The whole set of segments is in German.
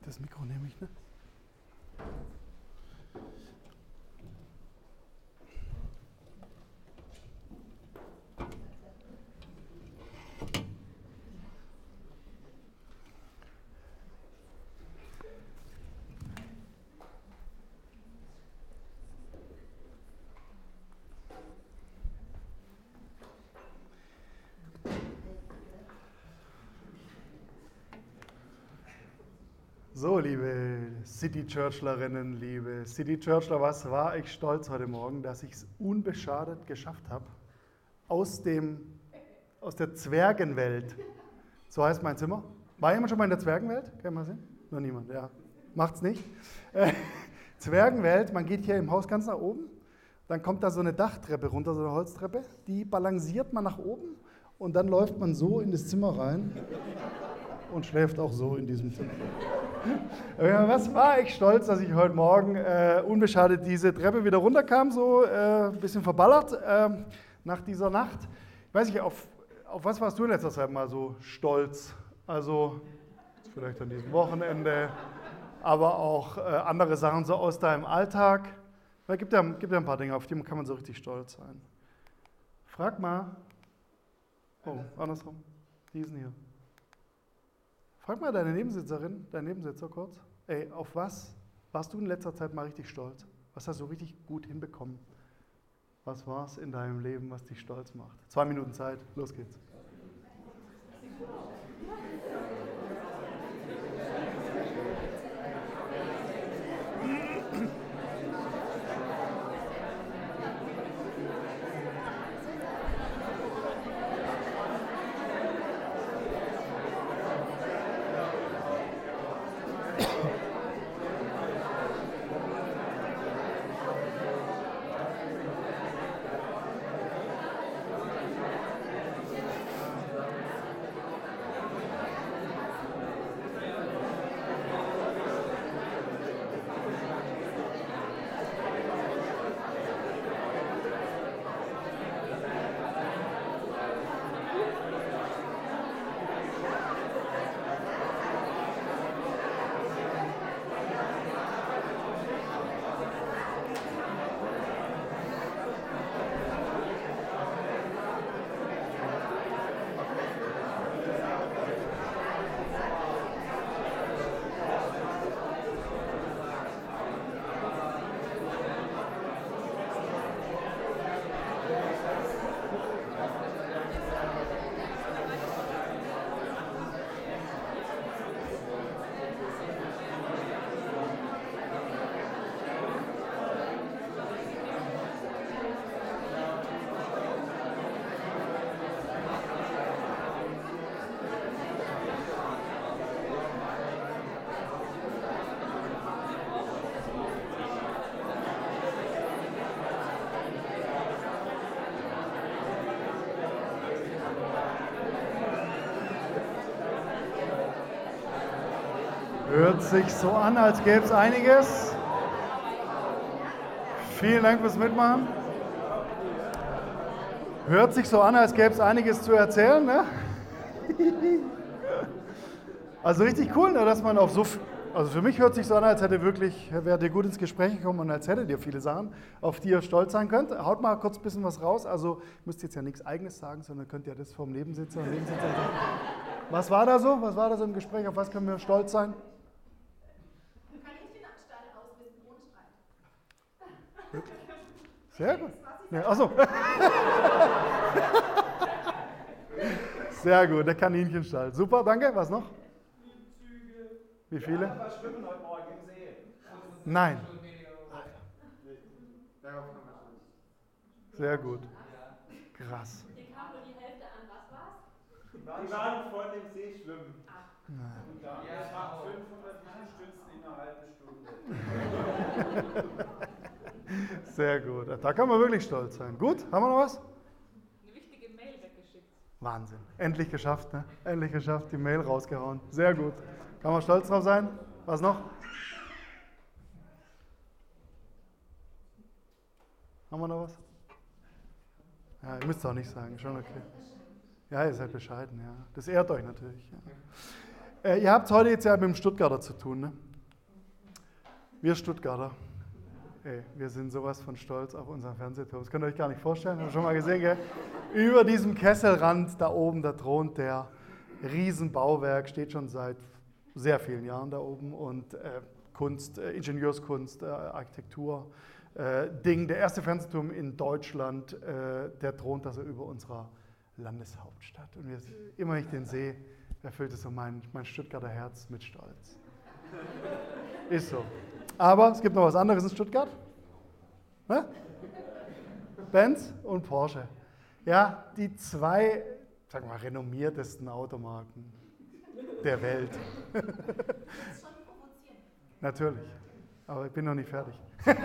Das Mikro nehme ich, ne? So, liebe City Churchlerinnen, liebe City Churchler, was war ich stolz heute Morgen, dass ich es unbeschadet geschafft habe, aus der Zwergenwelt, so heißt mein Zimmer. War jemand schon mal in der Zwergenwelt? Kann man sehen? Noch niemand, ja. Macht's nicht. Zwergenwelt, man geht hier im Haus ganz nach oben, dann kommt da so eine Dachtreppe runter, so eine Holztreppe, die balanciert man nach oben und dann läuft man so in das Zimmer rein und schläft auch so in diesem Zimmer. Was war ich stolz, dass ich heute Morgen unbeschadet diese Treppe wieder runterkam, so ein bisschen verballert nach dieser Nacht. Ich weiß nicht, auf was warst du in letzter Zeit mal so stolz? Also vielleicht an diesem Wochenende, aber auch andere Sachen so aus deinem Alltag. Es gibt ja ein paar Dinge, auf die kann man so richtig stolz sein. Frag mal. Oh, andersrum. Diesen hier. Frag mal deine Nebensitzerin, deinen Nebensitzer kurz. Ey, auf was warst du in letzter Zeit mal richtig stolz? Was hast du richtig gut hinbekommen? Was war es in deinem Leben, was dich stolz macht? 2 Minuten Zeit, los geht's. Hört sich so an, als gäbe es einiges. Vielen Dank fürs Mitmachen. Hört sich so an, als gäbe es einiges zu erzählen, ne? Also richtig cool, ne, dass man auf so viel, also für mich hört sich so an, als wärt ihr gut ins Gespräch gekommen und als hättet ihr viele Sachen, auf die ihr stolz sein könnt. Haut mal kurz ein bisschen was raus, also müsst jetzt ja nichts Eigenes sagen, sondern könnt ja das vom Nebensitzer und Nebensitzer sagen. Was war da so? Was war da so im Gespräch? Auf was können wir stolz sein? Wirklich? Sehr gut. Ja, achso. Sehr gut, der Kaninchenstall. Super, danke. Was noch? Wie viele? Ja, wir schwimmen heute Morgen im See. Nein. Sehr gut. Krass. Hier kam nur die Hälfte an. Was war's? Die waren vor dem See schwimmen. Nein. Und das macht 500 Liegestützen in einer halben Stunde. Sehr gut. Da kann man wirklich stolz sein. Gut, haben wir noch was? Eine wichtige Mail weggeschickt. Wahnsinn. Endlich geschafft, ne? Endlich geschafft, die Mail rausgehauen. Sehr gut. Kann man stolz drauf sein? Was noch? Haben wir noch was? Ja, ihr müsst es auch nicht sagen, schon okay. Ja, ihr seid bescheiden, ja. Das ehrt euch natürlich. Ihr habt es heute jetzt ja mit dem Stuttgarter zu tun, ne? Wir Stuttgarter, ey, wir sind sowas von stolz auf unseren Fernsehturm. Das könnt ihr euch gar nicht vorstellen, habt ihr schon mal gesehen, gell? Über diesem Kesselrand da oben, da thront der Riesenbauwerk, steht schon seit sehr vielen Jahren da oben und Kunst, Ingenieurskunst, Architektur, Ding, der erste Fernsehturm in Deutschland, der thront also über unserer Landeshauptstadt. Und immer wenn ich den sehe, erfüllt es so mein Stuttgarter Herz mit Stolz. Ist so. Aber es gibt noch was anderes in Stuttgart. Ne? Benz und Porsche. Ja, die zwei, sag mal, renommiertesten Automarken der Welt. Natürlich, aber ich bin noch nicht fertig.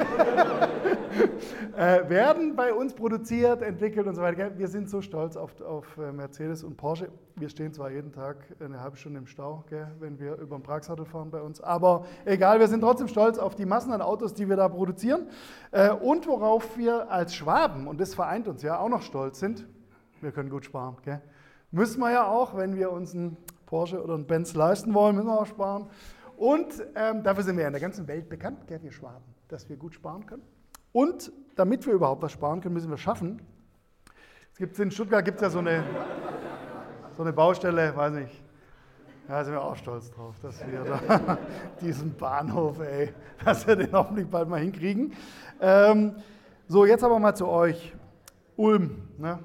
Werden bei uns produziert, entwickelt und so weiter. Wir sind so stolz auf Mercedes und Porsche. Wir stehen zwar jeden Tag eine halbe Stunde im Stau, gell, wenn wir über den Pragsattel fahren bei uns, aber egal, wir sind trotzdem stolz auf die Massen an Autos, die wir da produzieren und worauf wir als Schwaben, und das vereint uns ja, auch noch stolz sind. Wir können gut sparen, gell? Müssen wir ja auch, wenn wir uns einen Porsche oder einen Benz leisten wollen, müssen wir auch sparen. Und dafür sind wir ja in der ganzen Welt bekannt, gell, wir Schwaben, dass wir gut sparen können. Und damit wir überhaupt was sparen können, müssen wir schaffen. In Stuttgart gibt es ja so eine Baustelle, weiß nicht, da sind wir auch stolz drauf, dass wir da diesen Bahnhof, dass wir den hoffentlich bald mal hinkriegen. So, jetzt aber mal zu euch. Ulm, ne?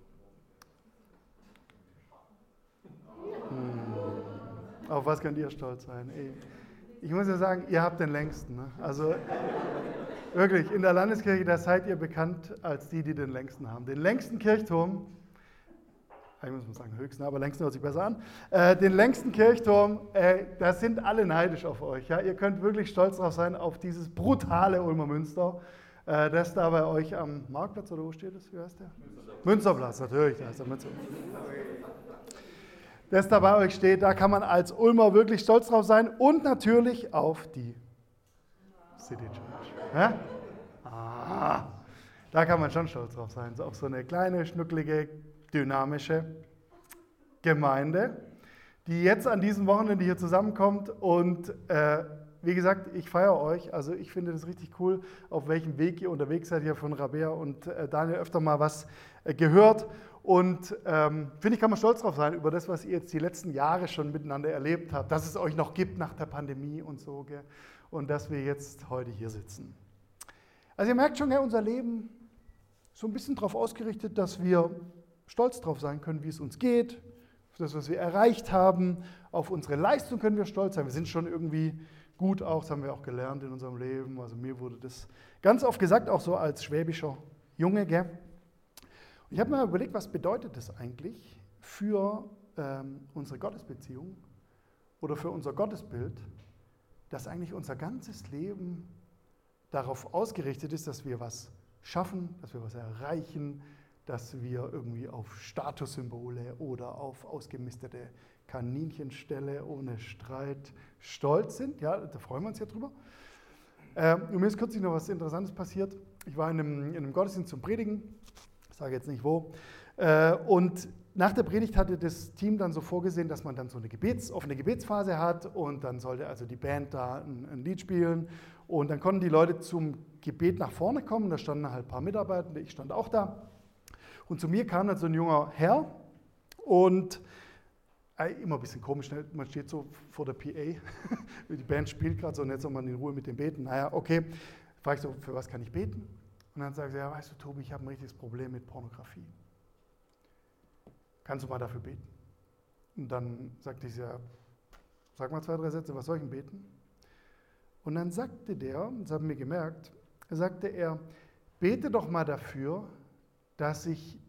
Auf was könnt ihr stolz sein? Ich muss ja sagen, ihr habt den längsten. Ne? Also wirklich, in der Landeskirche, da seid ihr bekannt als die den längsten haben. Den längsten Kirchturm, ich muss mal sagen höchsten, aber längsten hört sich besser an. Den längsten Kirchturm, da sind alle neidisch auf euch. Ja? Ihr könnt wirklich stolz drauf sein, auf dieses brutale Ulmer Münster, das da bei euch am Marktplatz, oder wo steht es? Wie heißt der? Münsterplatz, natürlich, da ist der Münsterplatz. Das da bei euch steht, da kann man als Ulmer wirklich stolz drauf sein und natürlich auf die City Church. Ja? Da kann man schon stolz drauf sein, so auf so eine kleine, schnucklige, dynamische Gemeinde, die jetzt an diesem Wochenende hier zusammenkommt und wie gesagt, ich feiere euch, also ich finde das richtig cool, auf welchem Weg ihr unterwegs seid, hier von Rabea und Daniel öfter mal was gehört. Und finde ich, kann man stolz drauf sein, über das, was ihr jetzt die letzten Jahre schon miteinander erlebt habt, dass es euch noch gibt nach der Pandemie und so, gell? Und dass wir jetzt heute hier sitzen. Also ihr merkt schon, gell, unser Leben ist so ein bisschen darauf ausgerichtet, dass wir stolz drauf sein können, wie es uns geht, auf das, was wir erreicht haben, auf unsere Leistung können wir stolz sein. Wir sind schon irgendwie gut auch, das haben wir auch gelernt in unserem Leben. Also mir wurde das ganz oft gesagt, auch so als schwäbischer Junge, gell? Ich habe mir überlegt, was bedeutet das eigentlich für unsere Gottesbeziehung oder für unser Gottesbild, dass eigentlich unser ganzes Leben darauf ausgerichtet ist, dass wir was schaffen, dass wir was erreichen, dass wir irgendwie auf Statussymbole oder auf ausgemistete Kaninchenställe ohne Streit stolz sind. Ja, da freuen wir uns ja drüber. Und mir ist kürzlich noch was Interessantes passiert. Ich war in einem Gottesdienst zum Predigen. Ich sage jetzt nicht wo. Und nach der Predigt hatte das Team dann so vorgesehen, dass man dann so eine offene Gebetsphase hat und dann sollte also die Band da ein Lied spielen und dann konnten die Leute zum Gebet nach vorne kommen. Da standen halt ein paar Mitarbeitende, ich stand auch da. Und zu mir kam dann so ein junger Herr und immer ein bisschen komisch, ne? Man steht so vor der PA, die Band spielt gerade so und jetzt soll man in Ruhe mit dem beten. Naja, okay, frage ich so, für was kann ich beten? Und dann sagt er, ja, weißt du, Tobi, ich habe ein richtiges Problem mit Pornografie. Kannst du mal dafür beten? Und dann sagte ich, ja, sag mal 2, 3 Sätze, was soll ich denn beten? Und dann sagte der, das haben wir gemerkt, sagte er, bete doch mal dafür, dass ich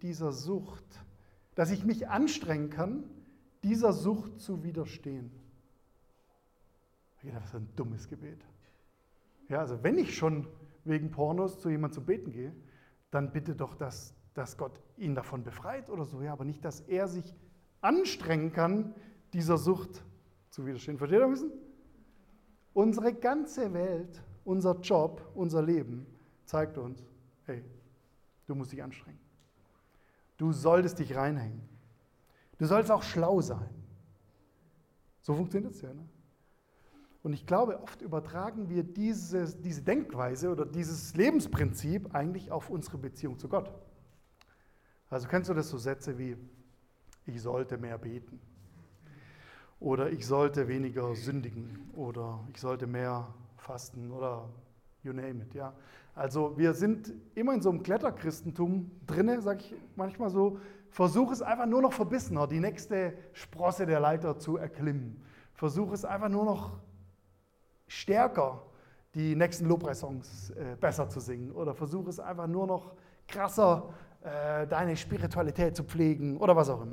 mich anstrengen kann, dieser Sucht zu widerstehen. Ich dachte, das ist ein dummes Gebet. Ja, also wenn ich schon wegen Pornos zu jemandem zu beten gehe, dann bitte doch, dass Gott ihn davon befreit oder so, ja, aber nicht, dass er sich anstrengen kann, dieser Sucht zu widerstehen. Versteht ihr ein bisschen? Unsere ganze Welt, unser Job, unser Leben zeigt uns, hey, du musst dich anstrengen. Du solltest dich reinhängen. Du sollst auch schlau sein. So funktioniert es ja. Ne? Und ich glaube, oft übertragen wir diese Denkweise oder dieses Lebensprinzip eigentlich auf unsere Beziehung zu Gott. Also kennst du das so Sätze wie, ich sollte mehr beten oder ich sollte weniger sündigen oder ich sollte mehr fasten oder you name it. Ja. Also wir sind immer in so einem Kletterchristentum drinne, sage ich manchmal so, versuch es einfach nur noch verbissener, die nächste Sprosse der Leiter zu erklimmen. Versuch es einfach nur noch stärker, die nächsten Lobpreissongs besser zu singen oder versuch es einfach nur noch krasser, deine Spiritualität zu pflegen oder was auch immer.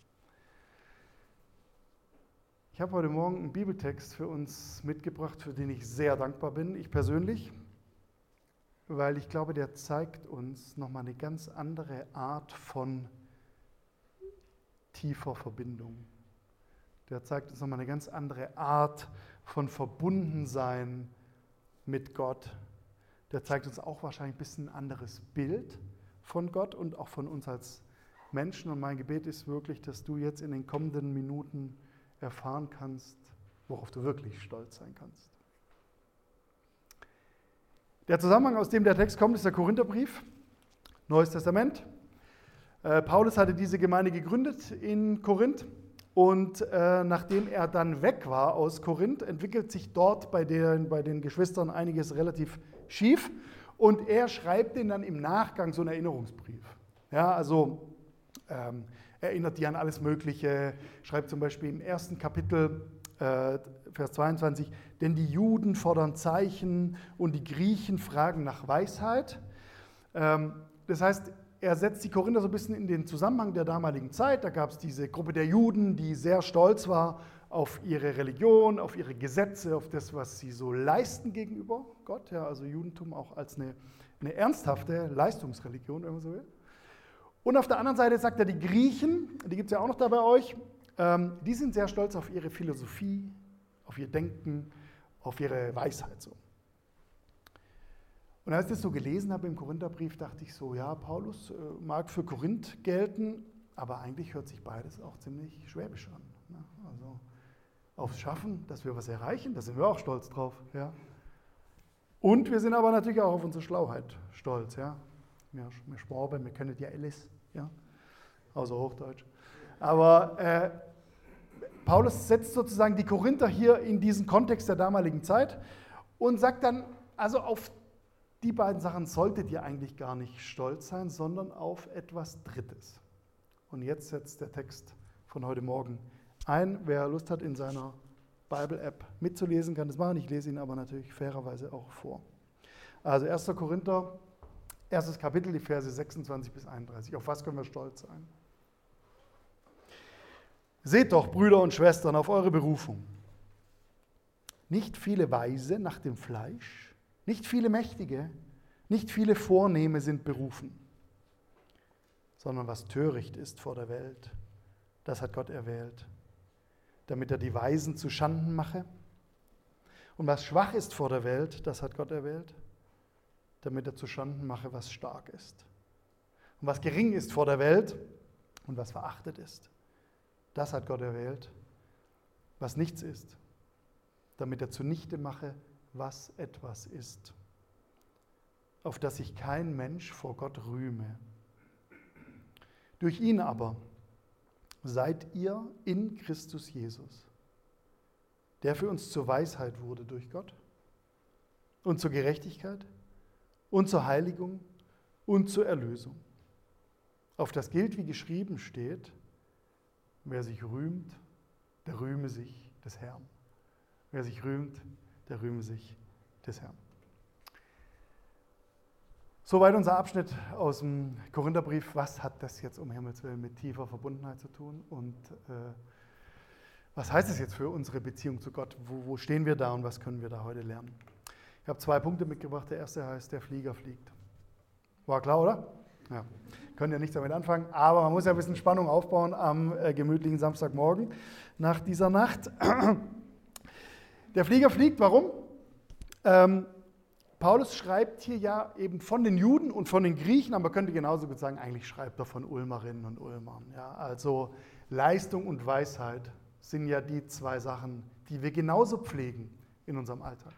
Ich habe heute Morgen einen Bibeltext für uns mitgebracht, für den ich sehr dankbar bin, ich persönlich, weil ich glaube, der zeigt uns nochmal eine ganz andere Art von tiefer Verbindung. Der zeigt uns nochmal eine ganz andere Art von Verbundensein mit Gott. Der zeigt uns auch wahrscheinlich ein bisschen ein anderes Bild von Gott und auch von uns als Menschen. Und mein Gebet ist wirklich, dass du jetzt in den kommenden Minuten erfahren kannst, worauf du wirklich stolz sein kannst. Der Zusammenhang, aus dem der Text kommt, ist der Korintherbrief, Neues Testament. Paulus hatte diese Gemeinde gegründet in Korinth und nachdem er dann weg war aus Korinth, entwickelt sich dort bei den Geschwistern einiges relativ schief und er schreibt ihnen dann im Nachgang so einen Erinnerungsbrief. Ja, also erinnert die an alles Mögliche, schreibt zum Beispiel im 1. Kapitel, Vers 22, denn die Juden fordern Zeichen und die Griechen fragen nach Weisheit. Das heißt, er setzt die Korinther so ein bisschen in den Zusammenhang der damaligen Zeit. Da gab es diese Gruppe der Juden, die sehr stolz war auf ihre Religion, auf ihre Gesetze, auf das, was sie so leisten gegenüber Gott. Ja, also Judentum auch als eine ernsthafte Leistungsreligion, wenn man so will. Und auf der anderen Seite sagt er, die Griechen, die gibt es ja auch noch da bei euch, die sind sehr stolz auf ihre Philosophie, auf ihr Denken, auf ihre Weisheit. So. Und als ich das so gelesen habe im Korintherbrief, dachte ich so, ja, Paulus mag für Korinth gelten, aber eigentlich hört sich beides auch ziemlich schwäbisch an. Ne? Also aufs Schaffen, dass wir was erreichen, da sind wir auch stolz drauf. Ja? Und wir sind aber natürlich auch auf unsere Schlauheit stolz. Ja? Wir Schwaben, wir können ja alles, ja? Außer Hochdeutsch. Aber Paulus setzt sozusagen die Korinther hier in diesen Kontext der damaligen Zeit und sagt dann, also auf die beiden Sachen solltet ihr eigentlich gar nicht stolz sein, sondern auf etwas Drittes. Und jetzt setzt der Text von heute Morgen ein. Wer Lust hat, in seiner Bible-App mitzulesen, kann das machen. Ich lese ihn aber natürlich fairerweise auch vor. Also 1. Korinther, 1. Kapitel, die Verse 26 bis 31. Auf was können wir stolz sein? Seht doch, Brüder und Schwestern, auf eure Berufung. Nicht viele Weise nach dem Fleisch, nicht viele Mächtige, nicht viele Vornehme sind berufen, sondern was töricht ist vor der Welt, das hat Gott erwählt, damit er die Weisen zu Schanden mache. Und was schwach ist vor der Welt, das hat Gott erwählt, damit er zu Schanden mache, was stark ist. Und was gering ist vor der Welt und was verachtet ist, das hat Gott erwählt, was nichts ist, damit er zunichte mache, was etwas ist, auf das sich kein Mensch vor Gott rühme. Durch ihn aber seid ihr in Christus Jesus, der für uns zur Weisheit wurde durch Gott und zur Gerechtigkeit und zur Heiligung und zur Erlösung. Auf das gilt, wie geschrieben steht, wer sich rühmt, der rühme sich des Herrn. Wer sich rühmt, der rühme sich des Herrn. Soweit unser Abschnitt aus dem Korintherbrief. Was hat das jetzt um Himmels Willen mit tiefer Verbundenheit zu tun? Und was heißt es jetzt für unsere Beziehung zu Gott? Wo stehen wir da und was können wir da heute lernen? Ich habe 2 Punkte mitgebracht. Der erste heißt, der Flieger fliegt. War klar, oder? Ja. Können ja nichts damit anfangen, aber man muss ja ein bisschen Spannung aufbauen am gemütlichen Samstagmorgen nach dieser Nacht. Der Flieger fliegt, warum? Paulus schreibt hier ja eben von den Juden und von den Griechen, aber man könnte genauso gut sagen, eigentlich schreibt er von Ulmerinnen und Ulmern. Ja? Also Leistung und Weisheit sind ja die zwei Sachen, die wir genauso pflegen in unserem Alltag.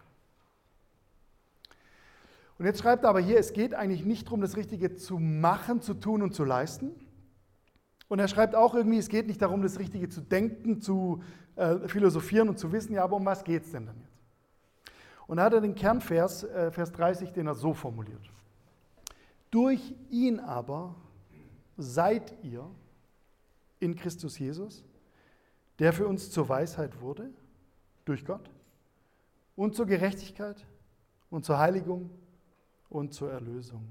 Und jetzt schreibt er aber hier, es geht eigentlich nicht darum, das Richtige zu machen, zu tun und zu leisten. Und er schreibt auch irgendwie, es geht nicht darum, das Richtige zu denken, zu philosophieren und zu wissen, ja, aber um was geht es denn dann jetzt? Und da hat er den Kernvers, Vers 30, den er so formuliert. Durch ihn aber seid ihr in Christus Jesus, der für uns zur Weisheit wurde, durch Gott, und zur Gerechtigkeit und zur Heiligung und zur Erlösung.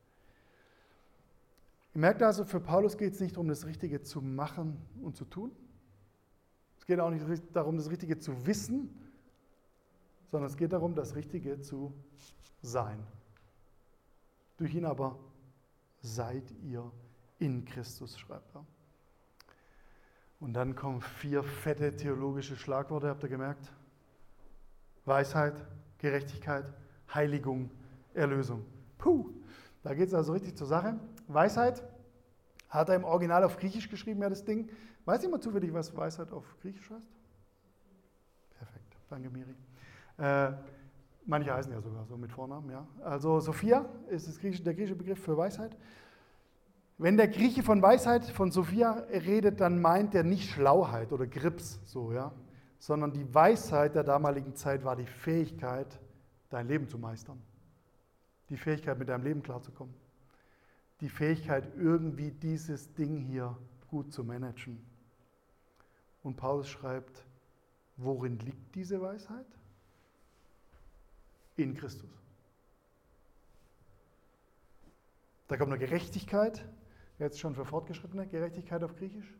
Ihr merkt also, für Paulus geht es nicht darum, das Richtige zu machen und zu tun. Es geht auch nicht darum, das Richtige zu wissen, sondern es geht darum, das Richtige zu sein. Durch ihn aber seid ihr in Christus, schreibt er. Und dann kommen 4 fette theologische Schlagworte, habt ihr gemerkt? Weisheit, Gerechtigkeit, Heiligung, Erlösung. Puh, da geht es also richtig zur Sache. Weisheit hat er im Original auf Griechisch geschrieben, ja, das Ding. Weiß jemand zufällig, was Weisheit auf Griechisch heißt? Perfekt, danke Miri. Manche heißen ja sogar so mit Vornamen, ja. Also Sophia ist der griechische Begriff für Weisheit. Wenn der Grieche von Weisheit, von Sophia redet, dann meint er nicht Schlauheit oder Grips, so, ja, sondern die Weisheit der damaligen Zeit war die Fähigkeit, dein Leben zu meistern. Die Fähigkeit, mit deinem Leben klarzukommen. Die Fähigkeit, irgendwie dieses Ding hier gut zu managen. Und Paulus schreibt, worin liegt diese Weisheit? In Christus. Da kommt eine Gerechtigkeit, jetzt schon für Fortgeschrittene, Gerechtigkeit auf Griechisch.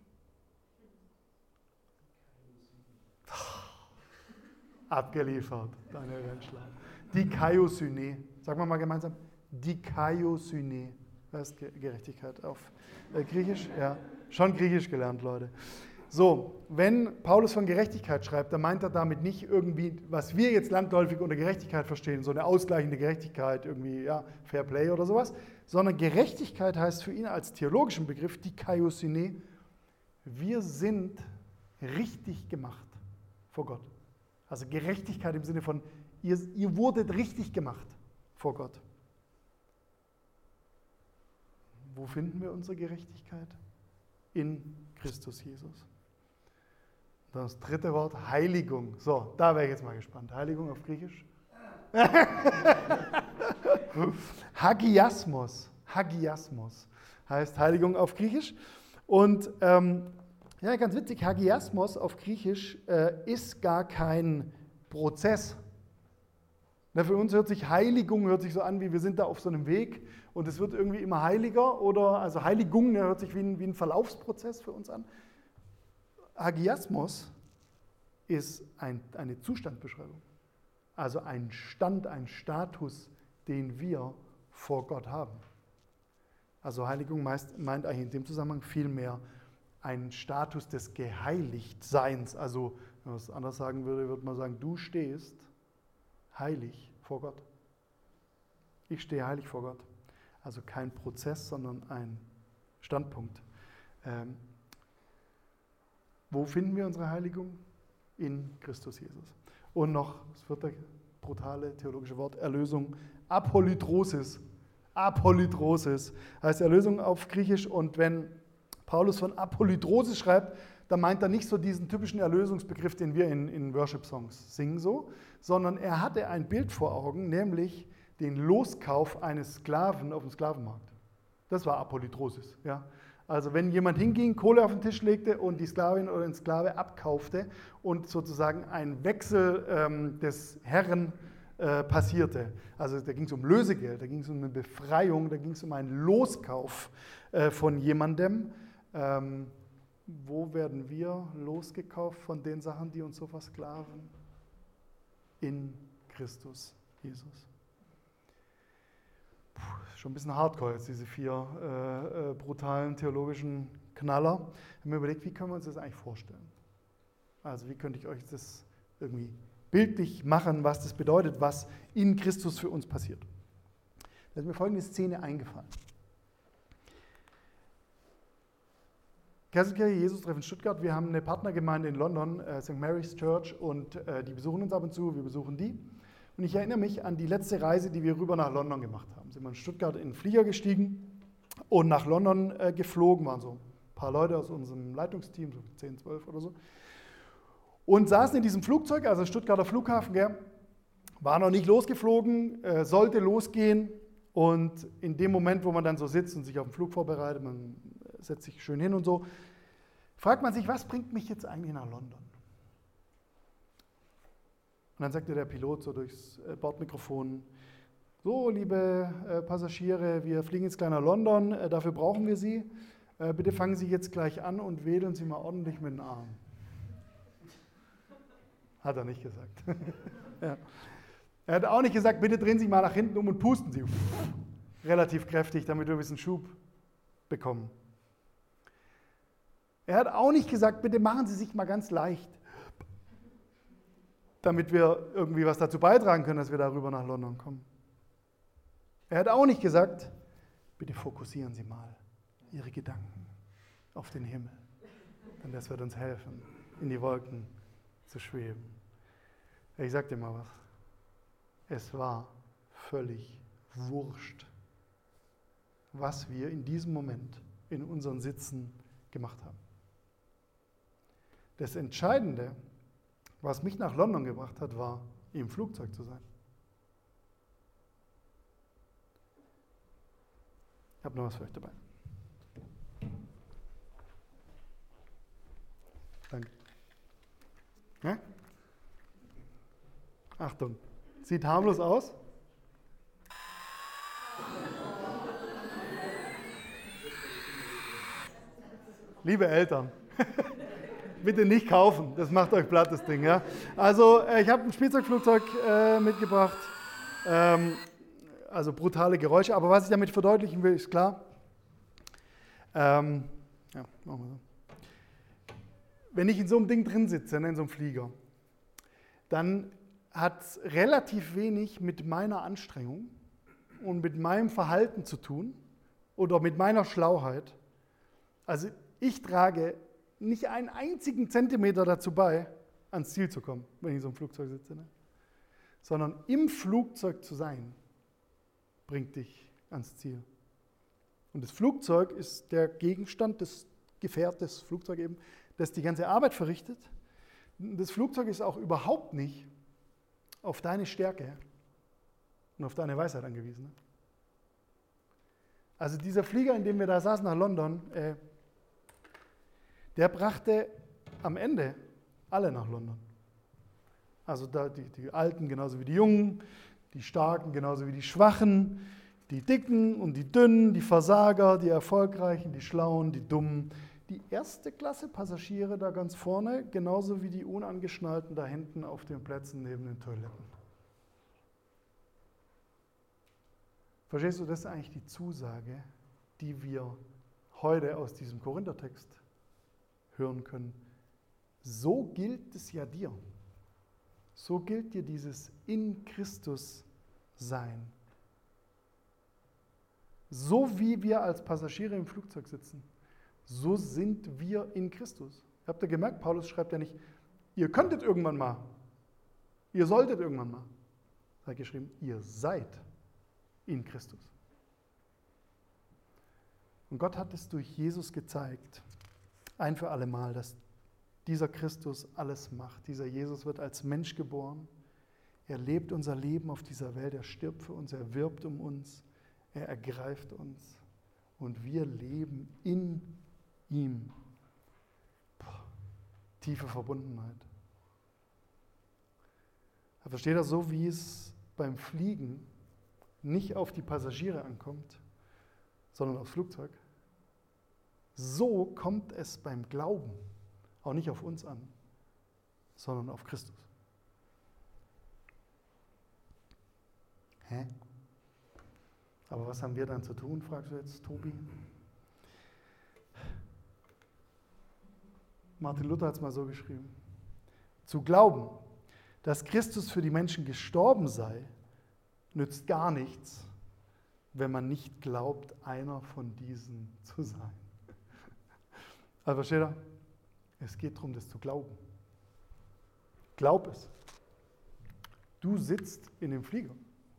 Abgeliefert, Daniel Rentschler. Dikaiosyne, sagen wir mal gemeinsam, Dikaiosyne, das ist Gerechtigkeit auf Griechisch, ja, schon Griechisch gelernt, Leute. So, wenn Paulus von Gerechtigkeit schreibt, dann meint er damit nicht irgendwie, was wir jetzt landläufig unter Gerechtigkeit verstehen, so eine ausgleichende Gerechtigkeit, irgendwie, ja, Fair Play oder sowas, sondern Gerechtigkeit heißt für ihn als theologischen Begriff, Dikaiosyne, wir sind richtig gemacht vor Gott. Also Gerechtigkeit im Sinne von, ihr wurdet richtig gemacht vor Gott. Wo finden wir unsere Gerechtigkeit? In Christus Jesus. Das dritte Wort, Heiligung. So, da wäre ich jetzt mal gespannt. Heiligung auf Griechisch? Hagiasmos. Hagiasmos heißt Heiligung auf Griechisch. Und ja, ganz witzig, Hagiasmos auf Griechisch ist gar kein Prozess. Na, für uns hört sich Heiligung hört sich so an, wie wir sind da auf so einem Weg und es wird irgendwie immer heiliger. Oder also Heiligung hört sich wie ein Verlaufsprozess für uns an. Hagiasmos ist eine Zustandbeschreibung. Also ein Stand, ein Status, den wir vor Gott haben. Also Heiligung meint eigentlich in dem Zusammenhang vielmehr einen Status des Geheiligtseins. Also, wenn man es anders sagen würde, würde man sagen, du stehst heilig vor Gott. Ich stehe heilig vor Gott. Also kein Prozess, sondern ein Standpunkt. Wo finden wir unsere Heiligung? In Christus Jesus. Und noch das vierte brutale theologische Wort, Erlösung, Apolytrosis. Apolytrosis heißt Erlösung auf Griechisch. Und wenn Paulus von Apolytrosis schreibt, dann meint er nicht so diesen typischen Erlösungsbegriff, den wir in Worship-Songs singen, sondern er hatte ein Bild vor Augen, nämlich den Loskauf eines Sklaven auf dem Sklavenmarkt. Das war Apolytrosis. Ja? Also wenn jemand hinging, Kohle auf den Tisch legte und die Sklavin oder den Sklave abkaufte und sozusagen ein Wechsel des Herren passierte. Also da ging es um Lösegeld, da ging es um eine Befreiung, da ging es um einen Loskauf von jemandem. Wo werden wir losgekauft von den Sachen, die uns so versklaven? In Christus Jesus. Schon ein bisschen hardcore jetzt, diese 4 brutalen theologischen Knaller. Ich habe mir überlegt, wie können wir uns das eigentlich vorstellen? Also wie könnte ich euch das irgendwie bildlich machen, was das bedeutet, was in Christus für uns passiert. Da ist mir folgende Szene eingefallen. Kesselkirche, Jesus-Treffen Stuttgart. Wir haben eine Partnergemeinde in London, St. Mary's Church, und die besuchen uns ab und zu, wir besuchen die. Und ich erinnere mich an die letzte Reise, die wir rüber nach London gemacht haben. Sind wir in Stuttgart in den Flieger gestiegen und nach London geflogen, waren so ein paar Leute aus unserem Leitungsteam, so 10, 12 oder so. Und saßen in diesem Flugzeug, also Stuttgarter Flughafen, gell, war noch nicht losgeflogen, sollte losgehen. Und in dem Moment, wo man dann so sitzt und sich auf den Flug vorbereitet, man setzt sich schön hin und so, fragt man sich, was bringt mich jetzt eigentlich nach London? Und dann sagte der Pilot so durchs Bordmikrofon, so, liebe Passagiere, wir fliegen jetzt gleich nach London, dafür brauchen wir Sie. Bitte fangen Sie jetzt gleich an und wedeln Sie mal ordentlich mit den Armen. Hat er nicht gesagt. Ja. Er hat auch nicht gesagt, bitte drehen Sie mal nach hinten um und pusten Sie. Relativ kräftig, damit wir ein bisschen Schub bekommen. Er hat auch nicht gesagt, bitte machen Sie sich mal ganz leicht, damit wir irgendwie was dazu beitragen können, dass wir darüber nach London kommen. Er hat auch nicht gesagt, bitte fokussieren Sie mal Ihre Gedanken auf den Himmel, denn das wird uns helfen, in die Wolken zu schweben. Ich sag dir mal was. Es war völlig wurscht, was wir in diesem Moment in unseren Sitzen gemacht haben. Das Entscheidende, was mich nach London gebracht hat, war, im Flugzeug zu sein. Ich habe noch was für euch dabei. Danke. Ja? Achtung, sieht harmlos aus. Liebe Eltern, bitte nicht kaufen, das macht euch platt, das Ding. Ja? Also ich habe ein Spielzeugflugzeug mitgebracht, also brutale Geräusche, aber was ich damit verdeutlichen will, ist klar. Ja, machen wir so. Wenn ich in so einem Ding drin sitze, in so einem Flieger, dann hat es relativ wenig mit meiner Anstrengung und mit meinem Verhalten zu tun oder mit meiner Schlauheit. Also ich trage nicht einen einzigen Zentimeter dazu bei, ans Ziel zu kommen, wenn ich in so einem Flugzeug sitze. Ne? Sondern im Flugzeug zu sein, bringt dich ans Ziel. Und das Flugzeug ist der Gegenstand, das Gefährt, das Flugzeug eben, das die ganze Arbeit verrichtet. Das Flugzeug ist auch überhaupt nicht auf deine Stärke und auf deine Weisheit angewiesen. Also dieser Flieger, in dem wir da saßen nach London, der brachte am Ende alle nach London. Also da die Alten genauso wie die Jungen, die Starken genauso wie die Schwachen, die Dicken und die Dünnen, die Versager, die Erfolgreichen, die Schlauen, die Dummen, die erste Klasse Passagiere da ganz vorne, genauso wie die Unangeschnallten da hinten auf den Plätzen neben den Toiletten. Verstehst du, das ist eigentlich die Zusage, die wir heute aus diesem Korinthertext hören können. So gilt es ja dir. So gilt dir dieses in Christus sein. So wie wir als Passagiere im Flugzeug sitzen, so sind wir in Christus. Habt ihr gemerkt, Paulus schreibt ja nicht, ihr könntet irgendwann mal, ihr solltet irgendwann mal. Er hat geschrieben, ihr seid in Christus. Und Gott hat es durch Jesus gezeigt, ein für alle Mal, dass dieser Christus alles macht. Dieser Jesus wird als Mensch geboren. Er lebt unser Leben auf dieser Welt. Er stirbt für uns. Er wirbt um uns. Er ergreift uns. Und wir leben in ihm. Tiefe Verbundenheit. Er versteht das so, wie es beim Fliegen nicht auf die Passagiere ankommt, sondern aufs Flugzeug. So kommt es beim Glauben auch nicht auf uns an, sondern auf Christus. Hä? Aber was haben wir dann zu tun, fragst du jetzt, Tobi? Martin Luther hat es mal so geschrieben. Zu glauben, dass Christus für die Menschen gestorben sei, nützt gar nichts, wenn man nicht glaubt, einer von diesen zu sein. Also versteht ihr? Es geht darum, das zu glauben. Glaub es. Du sitzt in dem Flieger.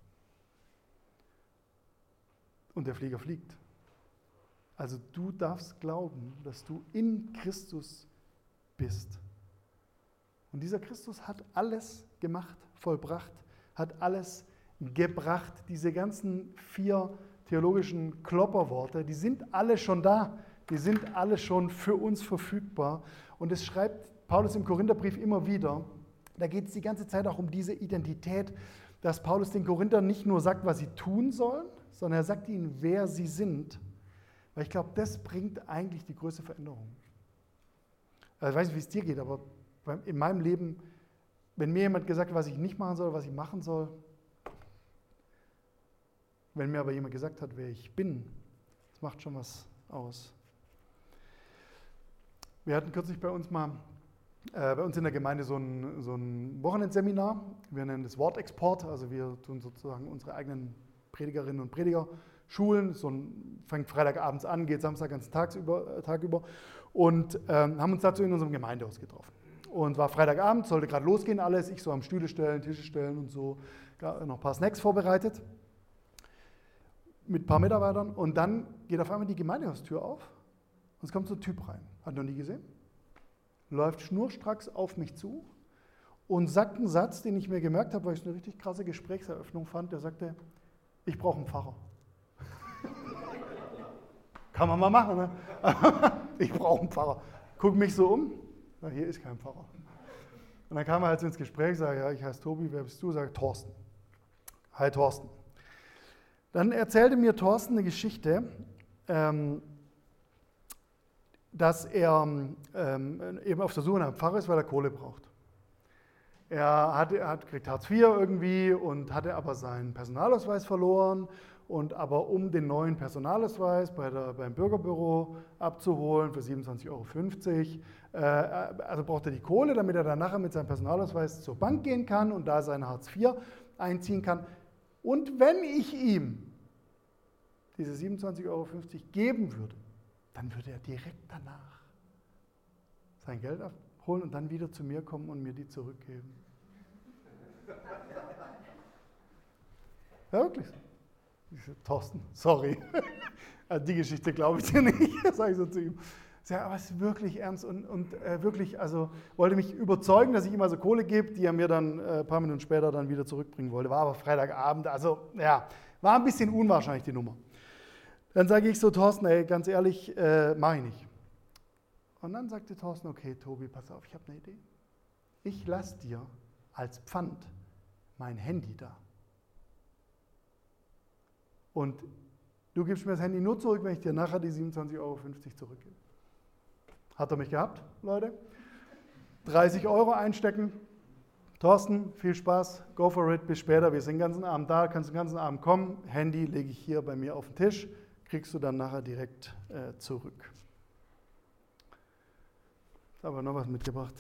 Und der Flieger fliegt. Also du darfst glauben, dass du in Christus bist. Und dieser Christus hat alles gemacht, vollbracht, hat alles gebracht. Diese ganzen 4 theologischen Klopperworte, die sind alle schon da. Die sind alle schon für uns verfügbar. Und es schreibt Paulus im Korintherbrief immer wieder. Da geht es die ganze Zeit auch um diese Identität, dass Paulus den Korinthern nicht nur sagt, was sie tun sollen, sondern er sagt ihnen, wer sie sind. Weil ich glaube, das bringt eigentlich die größte Veränderung. Also ich weiß nicht, wie es dir geht, aber in meinem Leben, wenn mir jemand gesagt hat, was ich nicht machen soll, was ich machen soll, wenn mir aber jemand gesagt hat, wer ich bin, das macht schon was aus. Wir hatten kürzlich bei uns in der Gemeinde so ein Wochenendseminar. Wir nennen das Wortexport, also wir tun sozusagen unsere eigenen Predigerinnen und Prediger schulen. Fängt Freitagabends an, geht Samstag ganzen Tag über und haben uns dazu in unserem Gemeindehaus getroffen. Und war Freitagabend, sollte gerade losgehen alles, ich so am Stühle stellen, Tische stellen und so, noch ein paar Snacks vorbereitet mit ein paar Mitarbeitern und dann geht auf einmal die Gemeindehaustür auf und es kommt so ein Typ rein, hat noch nie gesehen, läuft schnurstracks auf mich zu und sagt einen Satz, den ich mir gemerkt habe, weil ich es eine richtig krasse Gesprächseröffnung fand. Der sagte, ich brauche einen Pfarrer. Kann man mal machen, ne? Ich brauche einen Pfarrer. Guck mich so um, na, hier ist kein Pfarrer. Und dann kam er halt so ins Gespräch, sage, ja, ich heiße Tobi, wer bist du? Sage, Thorsten. Hi Thorsten. Dann erzählte mir Thorsten eine Geschichte, dass er eben auf der Suche nach einem Pfarrer ist, weil er Kohle braucht. Er kriegt Hartz IV irgendwie und hatte aber seinen Personalausweis verloren und aber um den neuen Personalausweis beim Bürgerbüro abzuholen für 27,50 €, also braucht er die Kohle, damit er dann nachher mit seinem Personalausweis zur Bank gehen kann und da sein Hartz IV einziehen kann. Und wenn ich ihm diese 27,50 € geben würde, dann würde er direkt danach sein Geld abholen und dann wieder zu mir kommen und mir die zurückgeben. Ja, wirklich. Ich so, Thorsten, sorry. Also die Geschichte glaube ich dir nicht, sage ich so zu ihm. Ich sage, aber es ist wirklich ernst und wirklich, also wollte mich überzeugen, dass ich ihm also Kohle gebe, die er mir dann ein paar Minuten später dann wieder zurückbringen wollte. War aber Freitagabend, also ja, war ein bisschen unwahrscheinlich die Nummer. Dann sage ich so, Thorsten, ey, ganz ehrlich, mache ich nicht. Und dann sagte Thorsten, okay, Tobi, pass auf, ich habe eine Idee. Ich lasse dir als Pfand mein Handy da. Und du gibst mir das Handy nur zurück, wenn ich dir nachher die 27,50 € zurückgebe. Hat er mich gehabt, Leute? 30 € einstecken. Thorsten, viel Spaß, go for it, bis später. Wir sind den ganzen Abend da, kannst den ganzen Abend kommen. Handy lege ich hier bei mir auf den Tisch, kriegst du dann nachher direkt zurück. Ich habe aber noch was mitgebracht.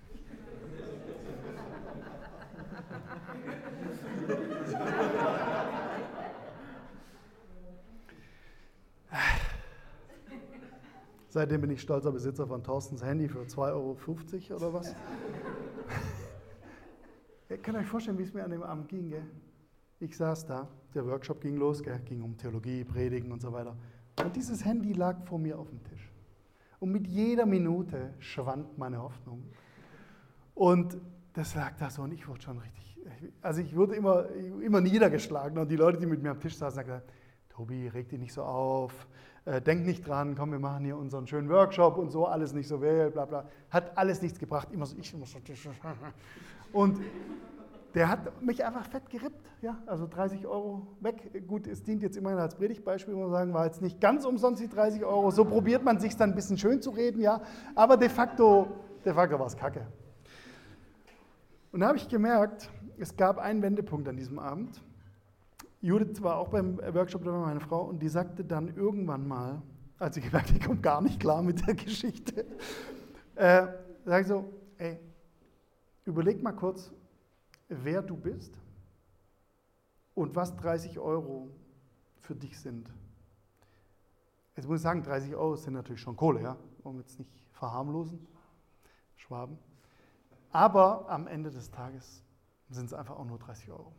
Seitdem bin ich stolzer Besitzer von Thorstens Handy für 2,50 € oder was. Ihr könnt euch vorstellen, wie es mir an dem Abend ging. Gell? Ich saß da, der Workshop ging los, gell? Ging um Theologie, Predigen und so weiter. Und dieses Handy lag vor mir auf dem Tisch. Und mit jeder Minute schwand meine Hoffnung. Und das lag da so und ich wurde schon richtig, also ich wurde immer niedergeschlagen. Und die Leute, die mit mir am Tisch saßen, haben gesagt, Tobi, reg dich nicht so auf, denk nicht dran, komm, wir machen hier unseren schönen Workshop und so, alles nicht so wild, bla bla. Hat alles nichts gebracht, immer so, ich immer so. Und der hat mich einfach fett gerippt, ja, also 30 € weg. Gut, es dient jetzt immerhin als Predigtbeispiel, muss man sagen, war jetzt nicht ganz umsonst die 30 €. So probiert man sich dann ein bisschen schön zu reden, ja, aber de facto war es Kacke. Und da habe ich gemerkt, es gab einen Wendepunkt an diesem Abend. Judith war auch beim Workshop, da war meine Frau, und die sagte dann irgendwann mal, als sie gemerkt hat, ich komme gar nicht klar mit der Geschichte, sage ich so, ey, überleg mal kurz, wer du bist und was 30 € für dich sind. Jetzt muss ich sagen, 30 € sind natürlich schon Kohle, ja. wollen wir jetzt nicht verharmlosen, Schwaben. Aber am Ende des Tages sind es einfach auch nur 30 Euro.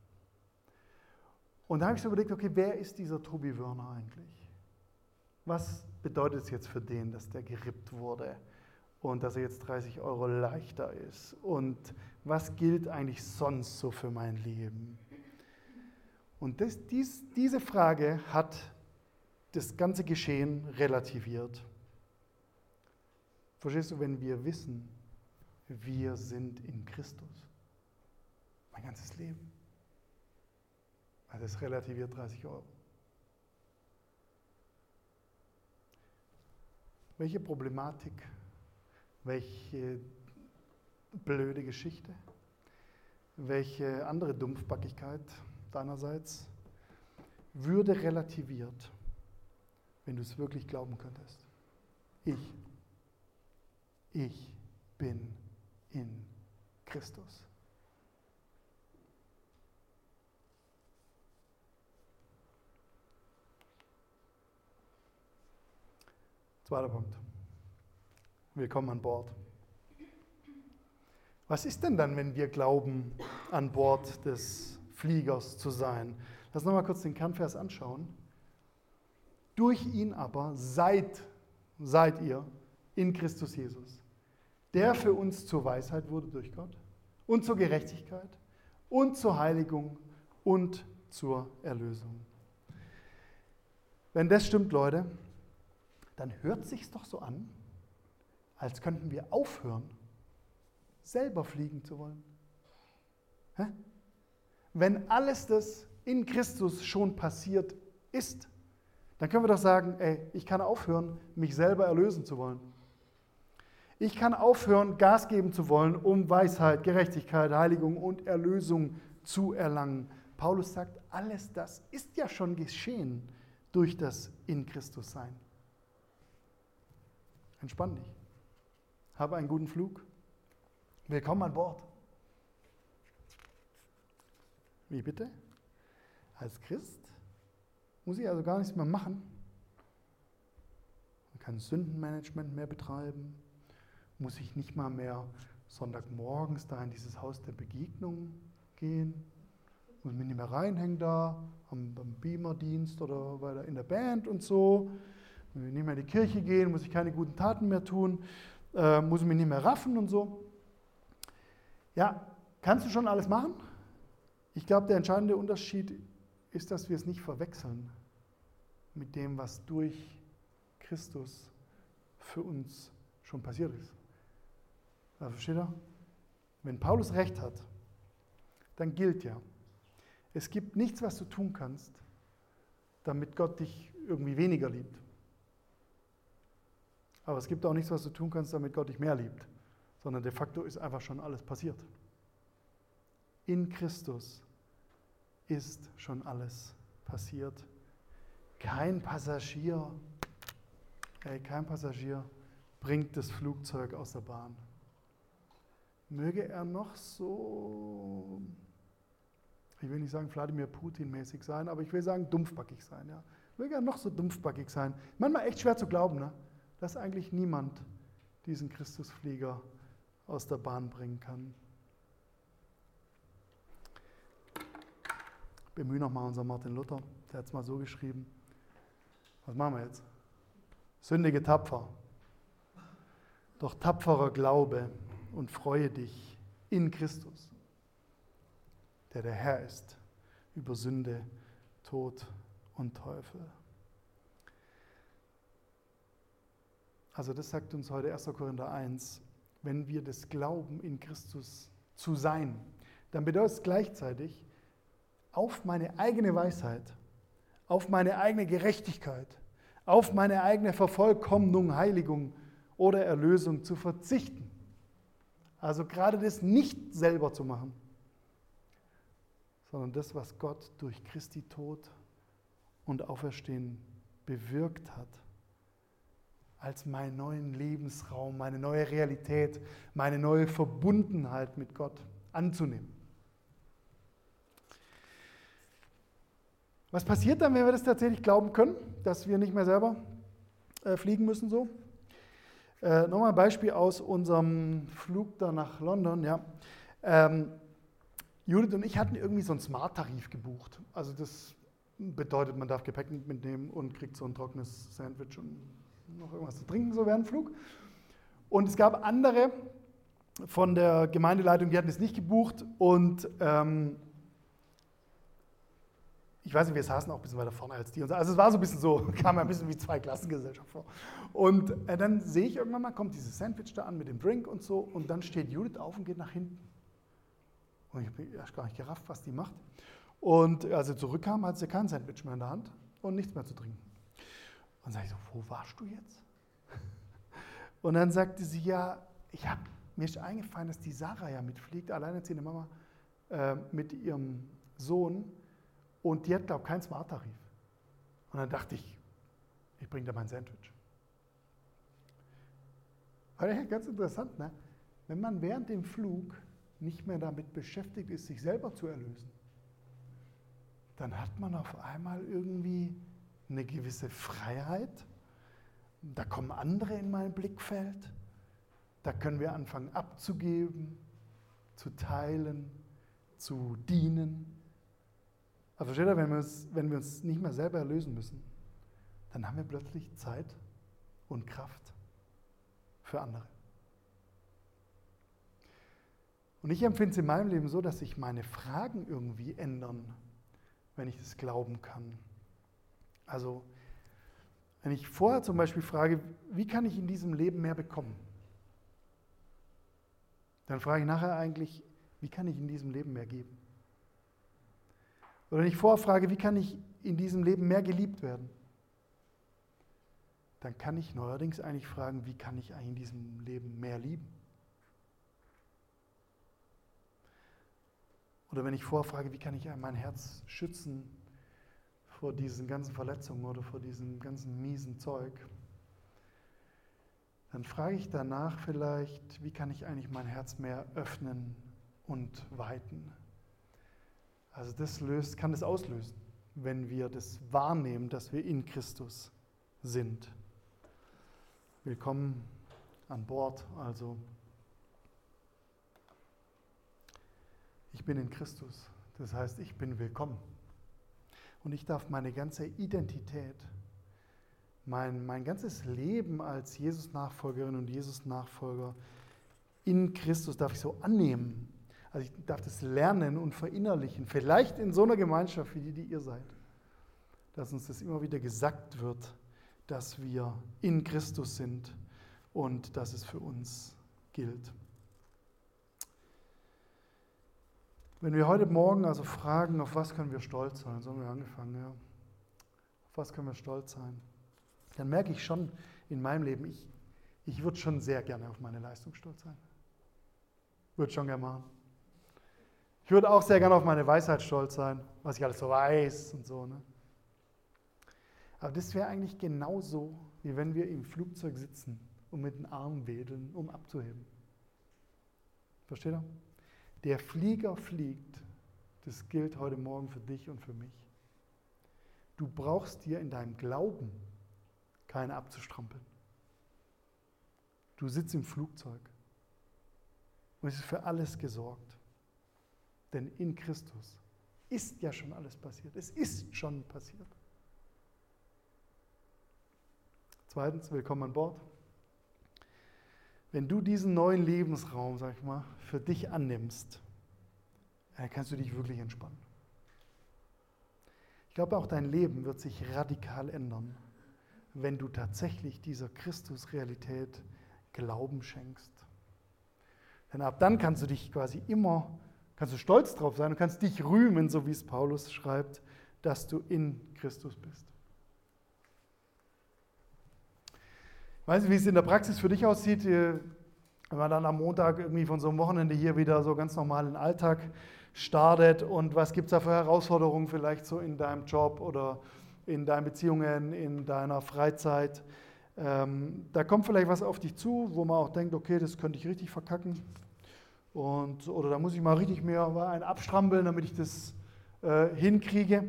Und da habe ich so überlegt, okay, wer ist dieser Tobi Wörner eigentlich? Was bedeutet es jetzt für den, dass der gerippt wurde und dass er jetzt 30 Euro leichter ist? Und was gilt eigentlich sonst so für mein Leben? Und diese Frage hat das ganze Geschehen relativiert. Verstehst du, wenn wir wissen, wir sind in Christus, mein ganzes Leben, also es relativiert 30 Euro. Welche Problematik, welche blöde Geschichte, welche andere Dumpfbackigkeit deinerseits würde relativiert, wenn du es wirklich glauben könntest. Ich bin in Christus. Zweiter Punkt. Willkommen an Bord. Was ist denn dann, wenn wir glauben, an Bord des Fliegers zu sein? Lass uns nochmal kurz den Kernvers anschauen. Durch ihn aber seid ihr in Christus Jesus, der für uns zur Weisheit wurde durch Gott und zur Gerechtigkeit und zur Heiligung und zur Erlösung. Wenn das stimmt, Leute, dann hört es sich doch so an, als könnten wir aufhören, selber fliegen zu wollen. Hä? Wenn alles das in Christus schon passiert ist, dann können wir doch sagen, ich kann aufhören, mich selber erlösen zu wollen. Ich kann aufhören, Gas geben zu wollen, um Weisheit, Gerechtigkeit, Heiligung und Erlösung zu erlangen. Paulus sagt, alles das ist ja schon geschehen durch das in Christus sein. Entspann dich. Habe einen guten Flug. Willkommen an Bord. Wie bitte? Als Christ muss ich also gar nichts mehr machen. Man kann Sündenmanagement mehr betreiben. Muss ich nicht mal mehr Sonntagmorgens da in dieses Haus der Begegnung gehen. Muss mich nicht mehr reinhängen da beim Beamer-Dienst oder in der Band und so. Muss ich nicht mehr in die Kirche gehen, muss ich keine guten Taten mehr tun, muss mich nicht mehr raffen und so. Ja, kannst du schon alles machen? Ich glaube, der entscheidende Unterschied ist, dass wir es nicht verwechseln mit dem, was durch Christus für uns schon passiert ist. Also versteht ihr? Wenn Paulus recht hat, dann gilt ja, es gibt nichts, was du tun kannst, damit Gott dich irgendwie weniger liebt. Aber es gibt auch nichts, was du tun kannst, damit Gott dich mehr liebt, sondern de facto ist einfach schon alles passiert. In Christus ist schon alles passiert. Kein Passagier bringt das Flugzeug aus der Bahn. Möge er noch so, ich will nicht sagen Wladimir Putin-mäßig sein, aber ich will sagen dumpfbackig sein. Ja. Möge er noch so dumpfbackig sein. Manchmal echt schwer zu glauben, ne? Dass eigentlich niemand diesen Christusflieger aus der Bahn bringen kann. Bemühe nochmal unseren Martin Luther, der hat es mal so geschrieben. Was machen wir jetzt? Sündige tapfer, doch tapferer Glaube und freue dich in Christus, der Herr ist über Sünde, Tod und Teufel. Also das sagt uns heute 1. Korinther 1, wenn wir das glauben, in Christus zu sein, dann bedeutet es gleichzeitig, auf meine eigene Weisheit, auf meine eigene Gerechtigkeit, auf meine eigene Vervollkommnung, Heiligung oder Erlösung zu verzichten. Also gerade das nicht selber zu machen, sondern das, was Gott durch Christi Tod und Auferstehen bewirkt hat, als meinen neuen Lebensraum, meine neue Realität, meine neue Verbundenheit mit Gott anzunehmen. Was passiert dann, wenn wir das tatsächlich glauben können, dass wir nicht mehr selber fliegen müssen so? Nochmal ein Beispiel aus unserem Flug da nach London. Ja. Judith und ich hatten irgendwie so einen Smart-Tarif gebucht. Also das bedeutet, man darf Gepäck nicht mitnehmen und kriegt so ein trockenes Sandwich und noch irgendwas zu trinken, so während dem Flug. Und es gab andere von der Gemeindeleitung, die hatten es nicht gebucht und ich weiß nicht, wir saßen auch ein bisschen weiter vorne als die. Also es war so ein bisschen so, kam mir ein bisschen wie Zweiklassengesellschaft vor. Und dann sehe ich irgendwann mal, kommt dieses Sandwich da an mit dem Drink und so und dann steht Judith auf und geht nach hinten. Und ich habe erst gar nicht gerafft, was die macht. Und als sie zurückkam, hatte sie kein Sandwich mehr in der Hand und nichts mehr zu trinken. Und sage ich so, wo warst du jetzt? Und dann sagte sie, ja, mir ist eingefallen, dass die Sarah ja mitfliegt, alleinerziehende Mama, mit ihrem Sohn. Und die hat, glaube ich, keinen Smart-Tarif. Und dann dachte ich bringe da mein Sandwich. War ja ganz interessant, ne? Wenn man während dem Flug nicht mehr damit beschäftigt ist, sich selber zu erlösen, dann hat man auf einmal irgendwie eine gewisse Freiheit. Da kommen andere in mein Blickfeld. Da können wir anfangen abzugeben, zu teilen, zu dienen. Aber versteht ihr, wenn wir uns nicht mehr selber erlösen müssen, dann haben wir plötzlich Zeit und Kraft für andere. Und ich empfinde es in meinem Leben so, dass sich meine Fragen irgendwie ändern, wenn ich es glauben kann. Also, wenn ich vorher zum Beispiel frage, wie kann ich in diesem Leben mehr bekommen? Dann frage ich nachher eigentlich, wie kann ich in diesem Leben mehr geben? Oder wenn ich vorher frage, wie kann ich in diesem Leben mehr geliebt werden? Dann kann ich neuerdings eigentlich fragen, wie kann ich eigentlich in diesem Leben mehr lieben? Oder wenn ich vorfrage, wie kann ich mein Herz schützen vor diesen ganzen Verletzungen oder vor diesem ganzen miesen Zeug, dann frage ich danach vielleicht, wie kann ich eigentlich mein Herz mehr öffnen und weiten? Also das kann das auslösen, wenn wir das wahrnehmen, dass wir in Christus sind. Willkommen an Bord, also ich bin in Christus, das heißt, ich bin willkommen. Und ich darf meine ganze Identität, mein ganzes Leben als Jesus-Nachfolgerin und Jesus-Nachfolger in Christus darf ich so annehmen. Also ich darf das lernen und verinnerlichen, vielleicht in so einer Gemeinschaft wie die ihr seid, dass uns das immer wieder gesagt wird, dass wir in Christus sind und dass es für uns gilt. Wenn wir heute Morgen also fragen, auf was können wir stolz sein, so haben wir angefangen, ja. Auf was können wir stolz sein? Dann merke ich schon in meinem Leben, ich würde schon sehr gerne auf meine Leistung stolz sein. Würde schon gerne machen. Ich würde auch sehr gerne auf meine Weisheit stolz sein, was ich alles so weiß und so. Ne? Aber das wäre eigentlich genauso, wie wenn wir im Flugzeug sitzen und mit den Armen wedeln, um abzuheben. Versteht ihr? Der Flieger fliegt, das gilt heute Morgen für dich und für mich. Du brauchst dir in deinem Glauben keine abzustrampeln. Du sitzt im Flugzeug und es ist für alles gesorgt. Denn in Christus ist ja schon alles passiert. Es ist schon passiert. Zweitens, willkommen an Bord. Wenn du diesen neuen Lebensraum, sag ich mal, für dich annimmst, dann kannst du dich wirklich entspannen. Ich glaube, auch dein Leben wird sich radikal ändern, wenn du tatsächlich dieser Christus-Realität Glauben schenkst. Denn ab dann kannst du dich quasi kannst du stolz drauf sein und kannst dich rühmen, so wie es Paulus schreibt, dass du in Christus bist. Ich weiß nicht, wie es in der Praxis für dich aussieht, wenn man dann am Montag irgendwie von so einem Wochenende hier wieder so ganz normal in den Alltag startet und was gibt es da für Herausforderungen vielleicht so in deinem Job oder in deinen Beziehungen, in deiner Freizeit. Da kommt vielleicht was auf dich zu, wo man auch denkt, okay, das könnte ich richtig verkacken. Oder da muss ich mal richtig mehr einen abstrampeln, damit ich das hinkriege.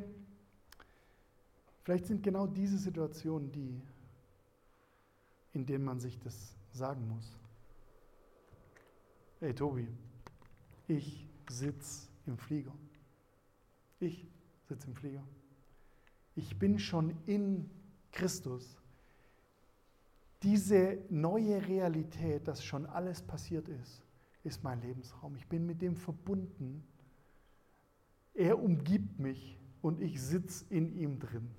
Vielleicht sind genau diese Situationen die, in denen man sich das sagen muss. Hey Tobi, ich sitze im Flieger. Ich sitze im Flieger. Ich bin schon in Christus. Diese neue Realität, dass schon alles passiert ist, ist mein Lebensraum. Ich bin mit dem verbunden. Er umgibt mich und ich sitze in ihm drin.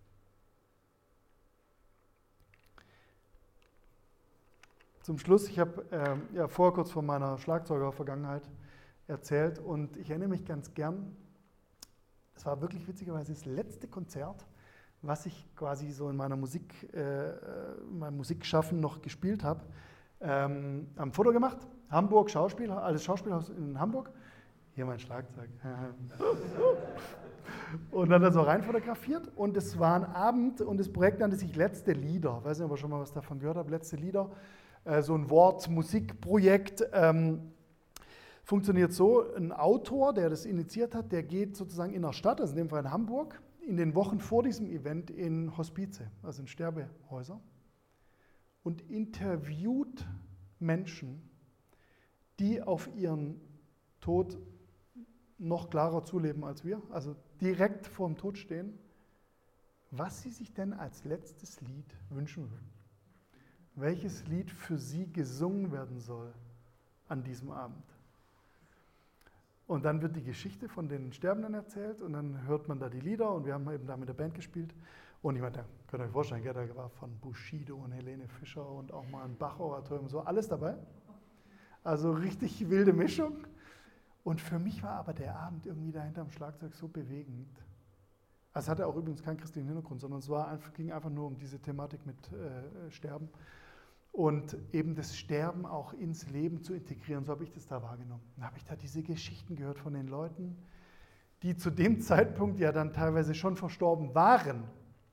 Zum Schluss, ich habe vorher kurz von meiner Schlagzeuger-Vergangenheit erzählt und ich erinnere mich ganz gern, es war wirklich witzigerweise das letzte Konzert, was ich quasi so in meinem Musikschaffen noch gespielt habe. Am Foto gemacht, Hamburg, alles Schauspielhaus in Hamburg. Hier mein Schlagzeug. Und dann so rein fotografiert und es war ein Abend und das Projekt nannte sich Letzte Lieder. Ich weiß nicht, ob ihr schon mal was davon gehört habt, Letzte Lieder. So ein Wort-Musikprojekt. Funktioniert so, ein Autor, der das initiiert hat, der geht sozusagen in der Stadt, also in dem Fall in Hamburg, in den Wochen vor diesem Event in Hospize, also in Sterbehäuser, und interviewt Menschen, die auf ihren Tod noch klarer zuleben als wir, also direkt vor dem Tod stehen, was sie sich denn als letztes Lied wünschen würden. Welches Lied für sie gesungen werden soll an diesem Abend. Und dann wird die Geschichte von den Sterbenden erzählt und dann hört man da die Lieder und wir haben eben da mit der Band gespielt. Und ich meine, da könnt ihr euch vorstellen, da war von Bushido und Helene Fischer und auch mal ein Bach-Oratorium, so alles dabei. Also richtig wilde Mischung. Und für mich war aber der Abend irgendwie da hinterm Schlagzeug so bewegend. Also es hatte auch übrigens keinen christlichen Hintergrund, sondern es ging einfach nur um diese Thematik mit Sterben. Und eben das Sterben auch ins Leben zu integrieren, so habe ich das da wahrgenommen. Dann habe ich da diese Geschichten gehört von den Leuten, die zu dem Zeitpunkt ja dann teilweise schon verstorben waren.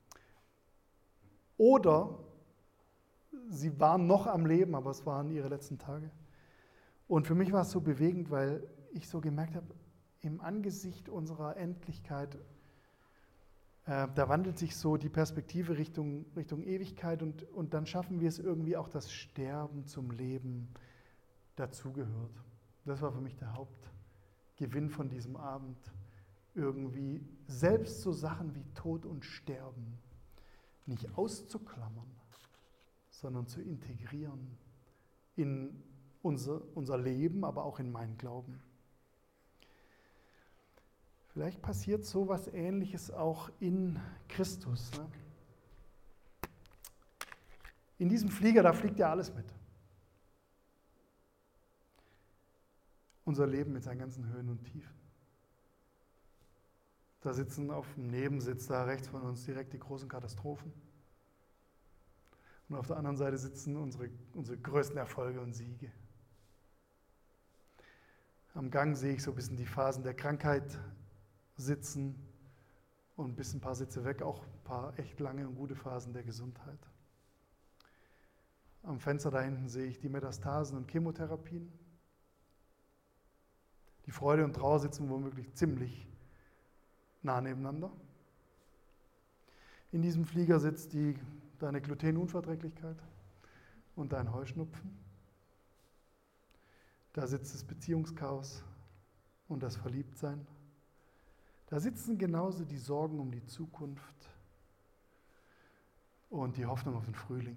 Oder sie waren noch am Leben, aber es waren ihre letzten Tage. Und für mich war es so bewegend, weil ich so gemerkt habe, im Angesicht unserer Endlichkeit, da wandelt sich so die Perspektive Richtung Ewigkeit und dann schaffen wir es irgendwie auch, dass Sterben zum Leben dazugehört. Das war für mich der Hauptgewinn von diesem Abend. Irgendwie selbst so Sachen wie Tod und Sterben nicht auszuklammern, sondern zu integrieren in unser Leben, aber auch in meinen Glauben. Vielleicht passiert so etwas Ähnliches auch in Christus. Ne? In diesem Flieger, da fliegt ja alles mit. Unser Leben mit seinen ganzen Höhen und Tiefen. Da sitzen auf dem Nebensitz da rechts von uns direkt die großen Katastrophen. Und auf der anderen Seite sitzen unsere größten Erfolge und Siege. Am Gang sehe ich so ein bisschen die Phasen der Krankheit sitzen und ein paar Sitze weg, auch ein paar echt lange und gute Phasen der Gesundheit. Am Fenster da hinten sehe ich die Metastasen und Chemotherapien. Die Freude und Trauer sitzen womöglich ziemlich nah nebeneinander. In diesem Flieger sitzt deine Glutenunverträglichkeit und dein Heuschnupfen. Da sitzt das Beziehungschaos und das Verliebtsein. Da sitzen genauso die Sorgen um die Zukunft und die Hoffnung auf den Frühling.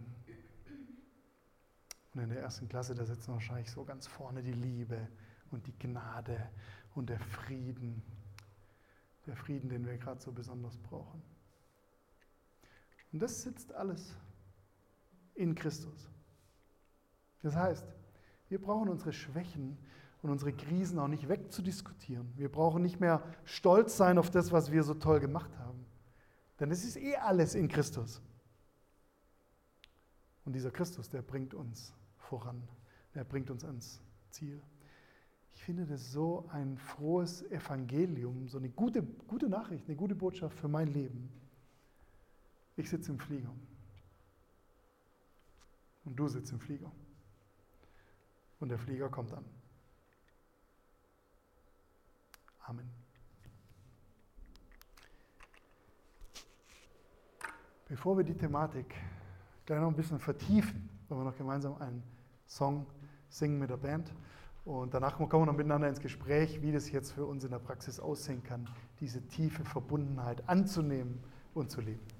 Und in der ersten Klasse, da sitzen wahrscheinlich so ganz vorne die Liebe und die Gnade und der Frieden, den wir gerade so besonders brauchen. Und das sitzt alles in Christus. Das heißt, wir brauchen unsere Schwächen und unsere Krisen auch nicht wegzudiskutieren. Wir brauchen nicht mehr stolz sein auf das, was wir so toll gemacht haben. Denn es ist alles in Christus. Und dieser Christus, der bringt uns voran. Der bringt uns ans Ziel. Ich finde das so ein frohes Evangelium, so eine gute Nachricht, eine gute Botschaft für mein Leben. Ich sitze im Flieger. Und du sitzt im Flieger. Und der Flieger kommt an. Amen. Bevor wir die Thematik gleich noch ein bisschen vertiefen, wollen wir noch gemeinsam einen Song singen mit der Band. Und danach kommen wir noch miteinander ins Gespräch, wie das jetzt für uns in der Praxis aussehen kann, diese tiefe Verbundenheit anzunehmen und zu leben.